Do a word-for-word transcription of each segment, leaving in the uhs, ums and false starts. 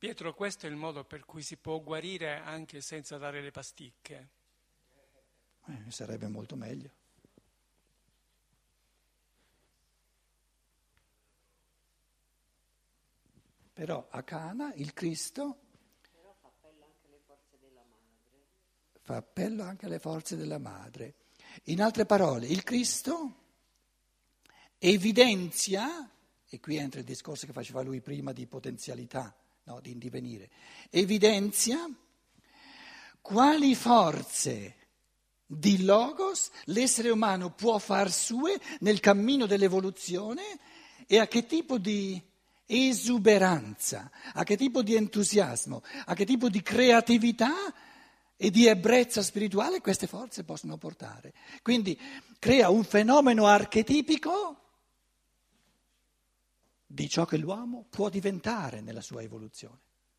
Pietro, questo è il modo per cui si può guarire anche senza dare le pasticche? Eh, sarebbe molto meglio. Però a Cana il Cristo Però fa appello anche alle forze della madre. Fa appello anche alle forze della madre. In altre parole, il Cristo evidenzia, e qui entra il discorso che faceva lui prima di potenzialità, no, di indivenire, evidenzia quali forze di Logos l'essere umano può far sue nel cammino dell'evoluzione e a che tipo di esuberanza, a che tipo di entusiasmo, a che tipo di creatività e di ebbrezza spirituale queste forze possono portare. Quindi crea un fenomeno archetipico di ciò che l'uomo può diventare nella sua evoluzione.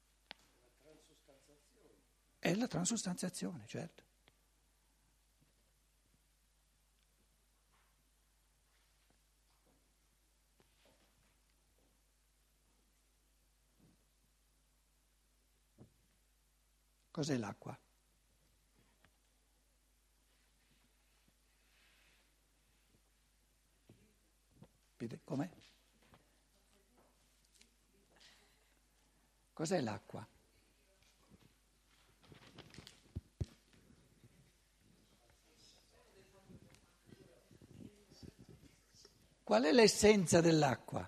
È la transustanziazione, certo. Cos'è l'acqua? Vede com'è? Cos'è l'acqua? Qual è l'essenza dell'acqua?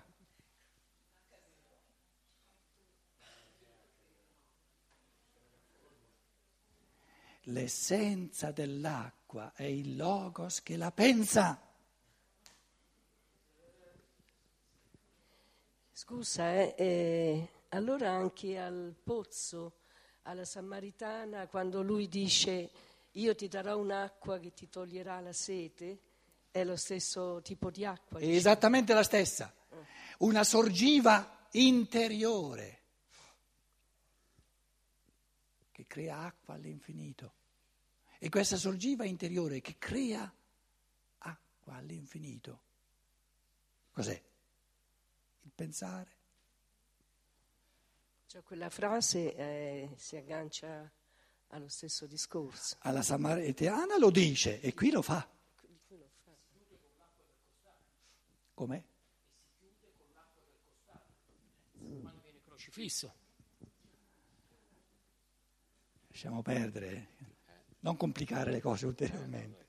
L'essenza dell'acqua è il Logos che la pensa. Scusa, eh, eh, allora anche al pozzo, alla Samaritana, quando lui dice io ti darò un'acqua che ti toglierà la sete, è lo stesso tipo di acqua? È esattamente la stessa, una sorgiva interiore che crea acqua all'infinito. E questa sorgiva interiore che crea acqua all'infinito, cos'è? Il pensare. Cioè quella frase eh, si aggancia allo stesso discorso. Alla Samaritana lo dice e qui lo fa. Com'è? Quando viene crocifisso. Lasciamo perdere, non complicare le cose ulteriormente.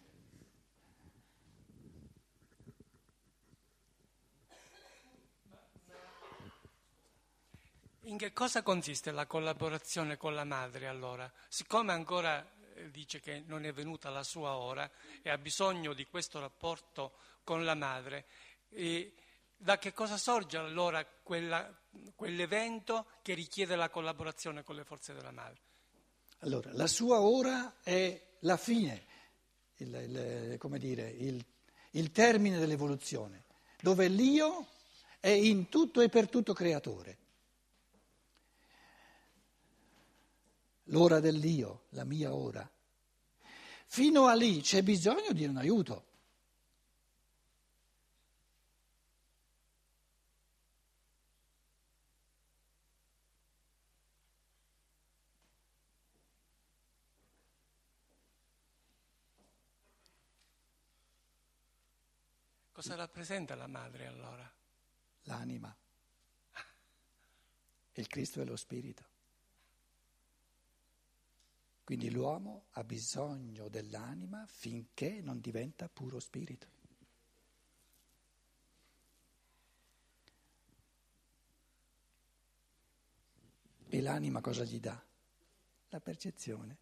In che cosa consiste la collaborazione con la madre allora? Siccome ancora eh, dice che non è venuta la sua ora e ha bisogno di questo rapporto con la madre, e da che cosa sorge allora quella, quell'evento che richiede la collaborazione con le forze della madre? Allora, la sua ora è la fine, il, il, come dire, il, il termine dell'evoluzione, dove l'io è in tutto e per tutto creatore. L'ora dell'io, la mia ora. Fino a lì c'è bisogno di un aiuto. Cosa rappresenta la madre allora? L'anima. Il Cristo è lo spirito. Quindi l'uomo ha bisogno dell'anima finché non diventa puro spirito. E l'anima cosa gli dà? La percezione.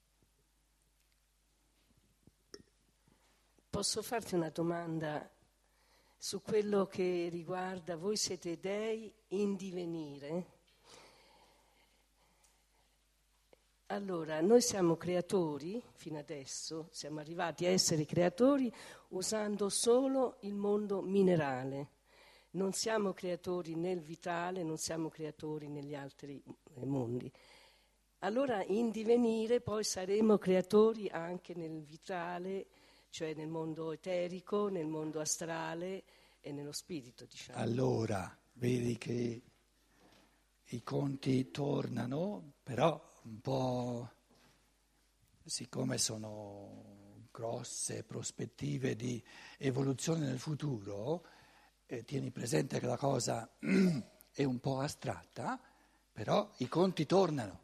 Posso farti una domanda su quello che riguarda voi siete dei in divenire? Allora, noi siamo creatori, fino adesso siamo arrivati a essere creatori usando solo il mondo minerale. Non siamo creatori nel vitale, non siamo creatori negli altri mondi. Allora, in divenire poi saremo creatori anche nel vitale, cioè nel mondo eterico, nel mondo astrale e nello spirito, diciamo. Allora, vedi che i conti tornano, però un po', siccome sono grosse prospettive di evoluzione nel futuro, eh, tieni presente che la cosa è un po' astratta, però i conti tornano.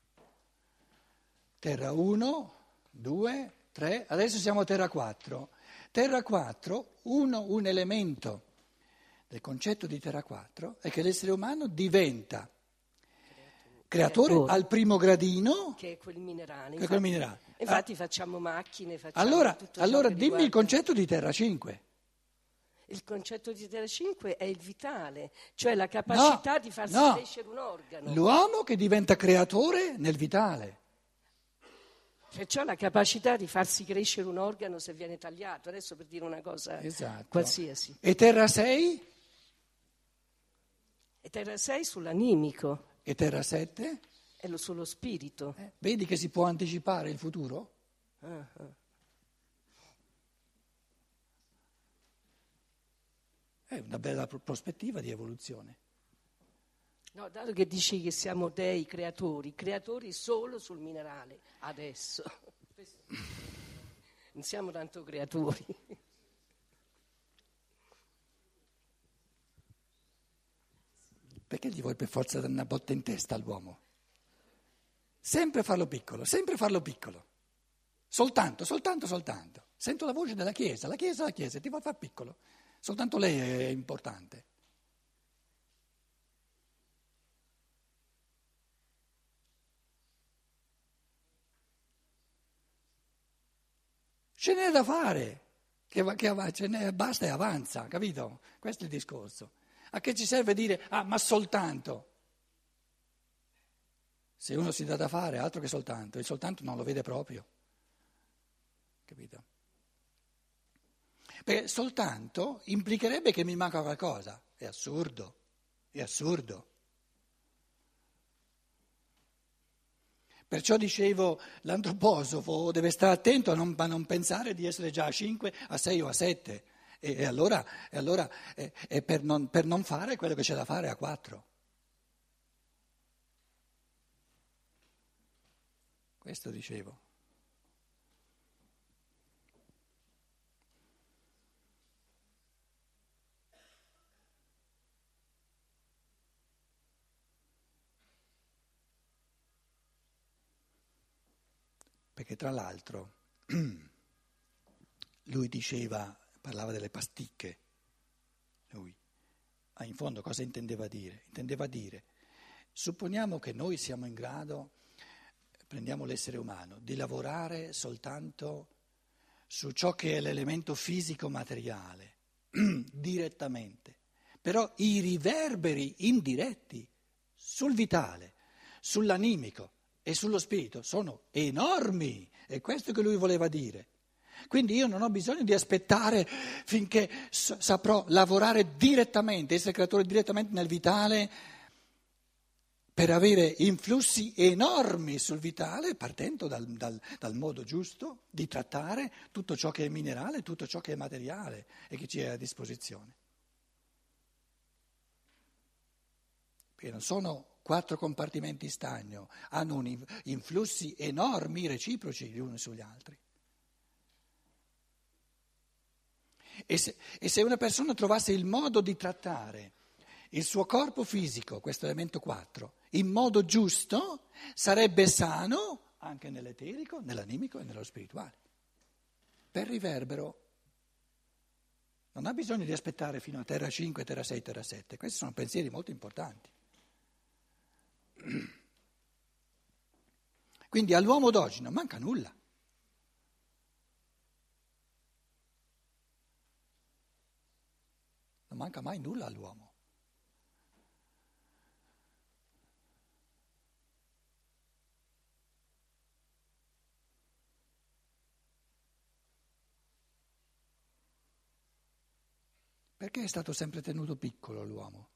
Terra uno, due, tre, adesso siamo a Terra quattro. Terra quattro, uno, un elemento del concetto di Terra quattro è che l'essere umano diventa creatore, creatore al primo gradino, che è quel minerale. Che infatti, è quel minerale. infatti ah, facciamo macchine, facciamo allora, tutto allora ciò che dimmi riguarda... il concetto di Terra cinque. Il concetto di Terra cinque è il vitale, cioè la capacità no, di farsi no. crescere un organo. L'uomo che diventa creatore nel vitale. Perciò la capacità di farsi crescere un organo se viene tagliato, adesso per dire una cosa esatto. qualsiasi. E Terra sei? E Terra sei sull'animico. E Terra sette? È lo, sullo spirito. Eh, vedi che si può anticipare il futuro? Uh-huh. È una bella prospettiva di evoluzione. No, dato che dici che siamo dei creatori, creatori solo sul minerale, adesso. Non siamo tanto creatori. Perché gli vuoi per forza dare una botta in testa all'uomo? Sempre farlo piccolo, sempre farlo piccolo. Soltanto, soltanto, soltanto. Sento la voce della Chiesa, la Chiesa, la Chiesa, ti vuoi far piccolo. Soltanto lei è importante. Ce n'è da fare, che, che ce n'è, basta e avanza, capito? Questo è il discorso. A che ci serve dire, ah, ma soltanto? Se uno si dà da fare, altro che soltanto, il soltanto non lo vede proprio, capito? Perché soltanto implicherebbe che mi manca qualcosa, è assurdo, è assurdo. Perciò dicevo, l'antroposofo deve stare attento a non, a non pensare di essere già a cinque, a sei o a sette, e, e allora, e allora è, è per, non, per non fare quello che c'è da fare a quattro. Questo dicevo. Perché tra l'altro lui diceva, parlava delle pasticche, lui, ma in fondo cosa intendeva dire? Intendeva dire, supponiamo che noi siamo in grado, prendiamo l'essere umano, di lavorare soltanto su ciò che è l'elemento fisico materiale, direttamente, però i riverberi indiretti sul vitale, sull'animico, e sullo spirito sono enormi, è questo che lui voleva dire. Quindi io non ho bisogno di aspettare finché saprò lavorare direttamente, essere creatore direttamente nel vitale, per avere influssi enormi sul vitale, partendo dal, dal, dal modo giusto di trattare tutto ciò che è minerale, tutto ciò che è materiale e che ci è a disposizione. Perché non sono quattro compartimenti stagno, hanno un influssi enormi, reciproci gli uni sugli altri. E se, e se una persona trovasse il modo di trattare il suo corpo fisico, questo elemento quattro, in modo giusto, sarebbe sano anche nell'eterico, nell'animico e nello spirituale. Per riverbero non ha bisogno di aspettare fino a Terra cinque, Terra sei, Terra sette, questi sono pensieri molto importanti. Quindi all'uomo d'oggi non manca nulla. Non manca mai nulla all'uomo. Perché è stato sempre tenuto piccolo l'uomo?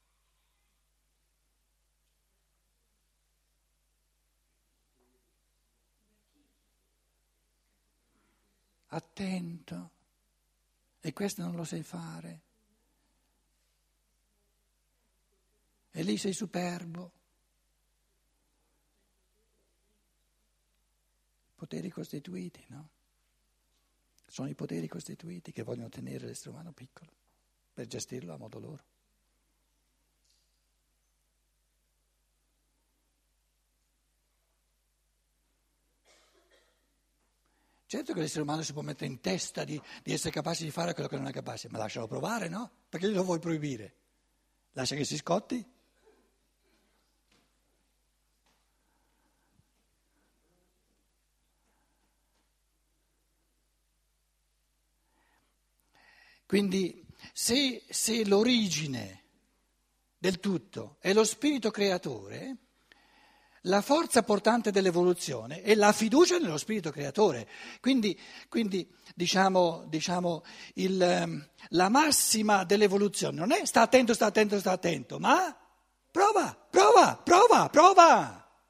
Attento, e questo non lo sai fare, e lì sei superbo, poteri costituiti, no? Sono i poteri costituiti che vogliono tenere l'essere umano piccolo per gestirlo a modo loro. Certo che l'essere umano si può mettere in testa di, di essere capace di fare quello che non è capace, ma lascialo provare, no? Perché glielo vuoi proibire? Lascia che si scotti? Quindi se, se l'origine del tutto è lo spirito creatore, la forza portante dell'evoluzione è la fiducia nello spirito creatore. Quindi, quindi diciamo, diciamo il, la massima dell'evoluzione non è sta attento, sta attento, sta attento, ma prova, prova, prova, prova.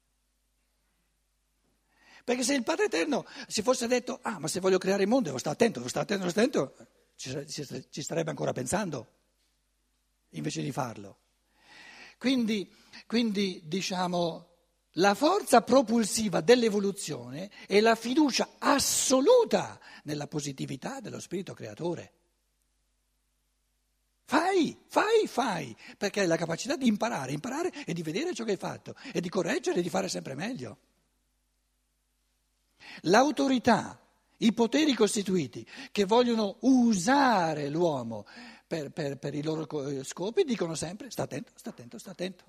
Perché se il Padre Eterno si fosse detto, ah, ma se voglio creare il mondo devo stare attento, devo stare attento, devo stare attento, ci, ci starebbe ancora pensando, invece di farlo. Quindi, quindi, diciamo, la forza propulsiva dell'evoluzione è la fiducia assoluta nella positività dello spirito creatore. Fai, fai, fai, perché hai la capacità di imparare, imparare e di vedere ciò che hai fatto e di correggere e di fare sempre meglio. L'autorità, i poteri costituiti che vogliono usare l'uomo Per, per, per i loro scopi dicono sempre sta attento, sta attento, sta attento.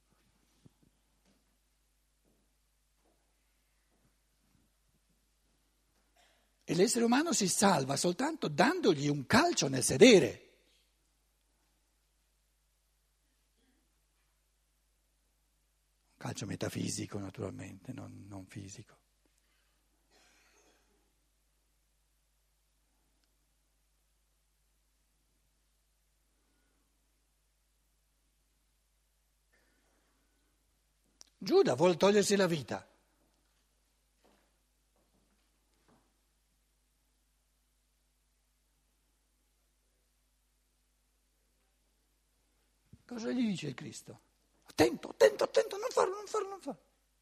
E l'essere umano si salva soltanto dandogli un calcio nel sedere. Un calcio metafisico naturalmente, non, non fisico. Giuda vuole togliersi la vita. Cosa gli dice il Cristo? Attento, attento, attento, non farlo, non farlo, non farlo.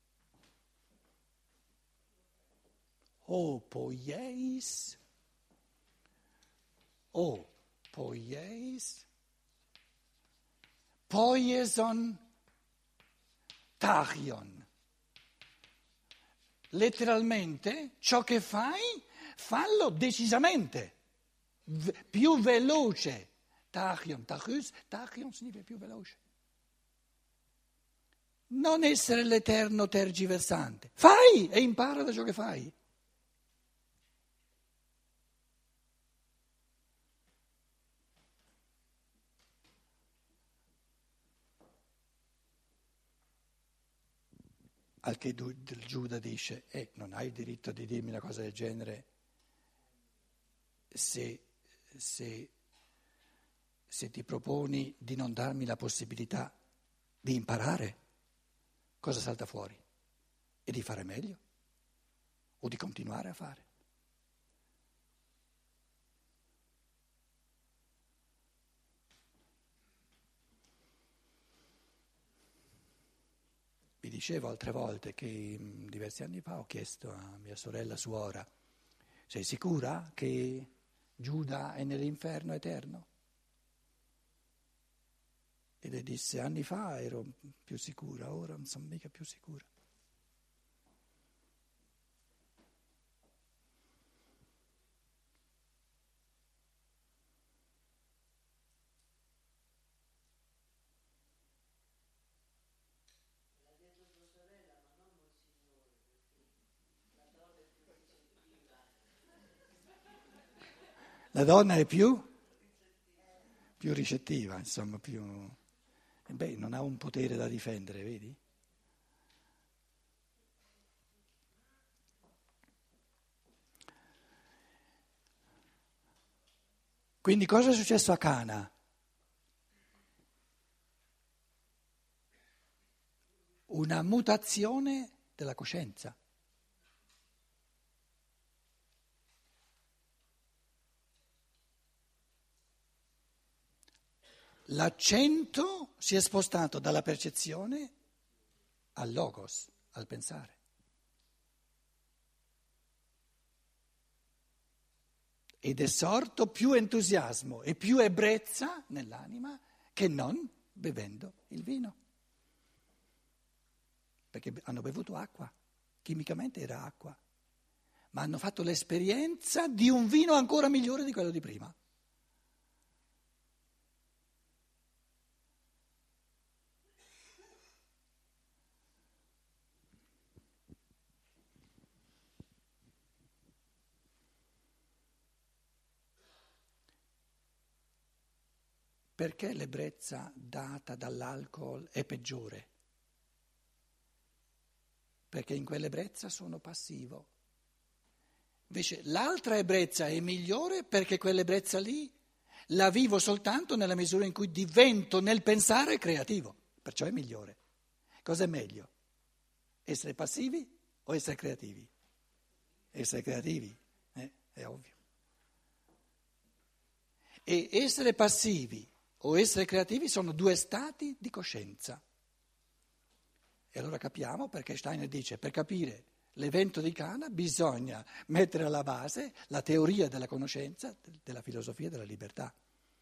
O poieis, o poieis, poieson tachion. Letteralmente, ciò che fai, fallo decisamente, v- più veloce. Tachion, tachus, tachion significa più veloce. Non essere l'eterno tergiversante. Fai e impara da ciò che fai. Al che Giuda dice, eh, non hai il diritto di dirmi una cosa del genere se, se, se ti proponi di non darmi la possibilità di imparare. Cosa salta fuori? E di fare meglio? O di continuare a fare? Vi dicevo altre volte che diversi anni fa ho chiesto a mia sorella suora, sei sicura che Giuda è nell'inferno eterno? E lei disse, anni fa ero più sicura, ora non sono mica più sicura. La donna è più? Più ricettiva, insomma, più... E beh, non ha un potere da difendere, vedi? Quindi cosa è successo a Cana? Una mutazione della coscienza. L'accento si è spostato dalla percezione al logos, al pensare. ed è sorto più entusiasmo e più ebbrezza nell'anima che non bevendo il vino. Perché hanno bevuto acqua, chimicamente era acqua, ma hanno fatto l'esperienza di un vino ancora migliore di quello di prima. Perché l'ebbrezza data dall'alcol è peggiore? Perché in quell'ebbrezza sono passivo. Invece l'altra ebbrezza è migliore perché quell'ebbrezza lì la vivo soltanto nella misura in cui divento nel pensare creativo, perciò è migliore. Cosa è meglio? Essere passivi o essere creativi? Essere creativi, eh? È ovvio. E essere passivi o essere creativi sono due stati di coscienza. E allora capiamo perché Steiner dice, per capire l'evento di Cana bisogna mettere alla base la teoria della conoscenza, della filosofia della libertà.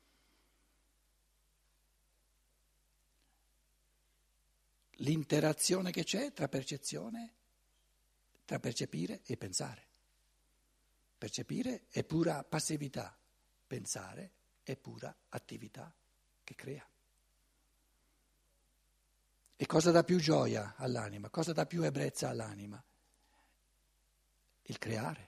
L'interazione che c'è tra percezione, tra percepire e pensare. Percepire è pura passività, pensare è pura attività che crea. E cosa dà più gioia all'anima? Cosa dà più ebbrezza all'anima? Il creare.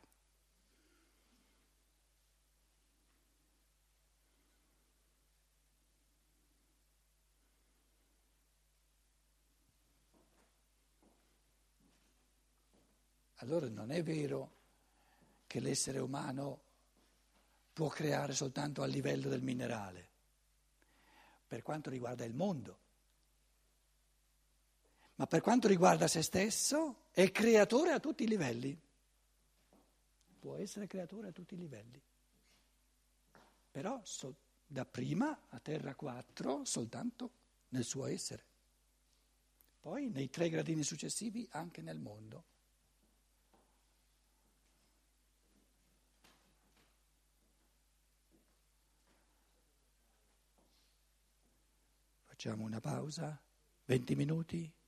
Allora non è vero che l'essere umano può creare soltanto a livello del minerale, per quanto riguarda il mondo. Ma per quanto riguarda se stesso, è creatore a tutti i livelli. Può essere creatore a tutti i livelli. Però so, da prima a terra quattro soltanto nel suo essere. Poi nei tre gradini successivi anche nel mondo. Facciamo una pausa, venti minuti.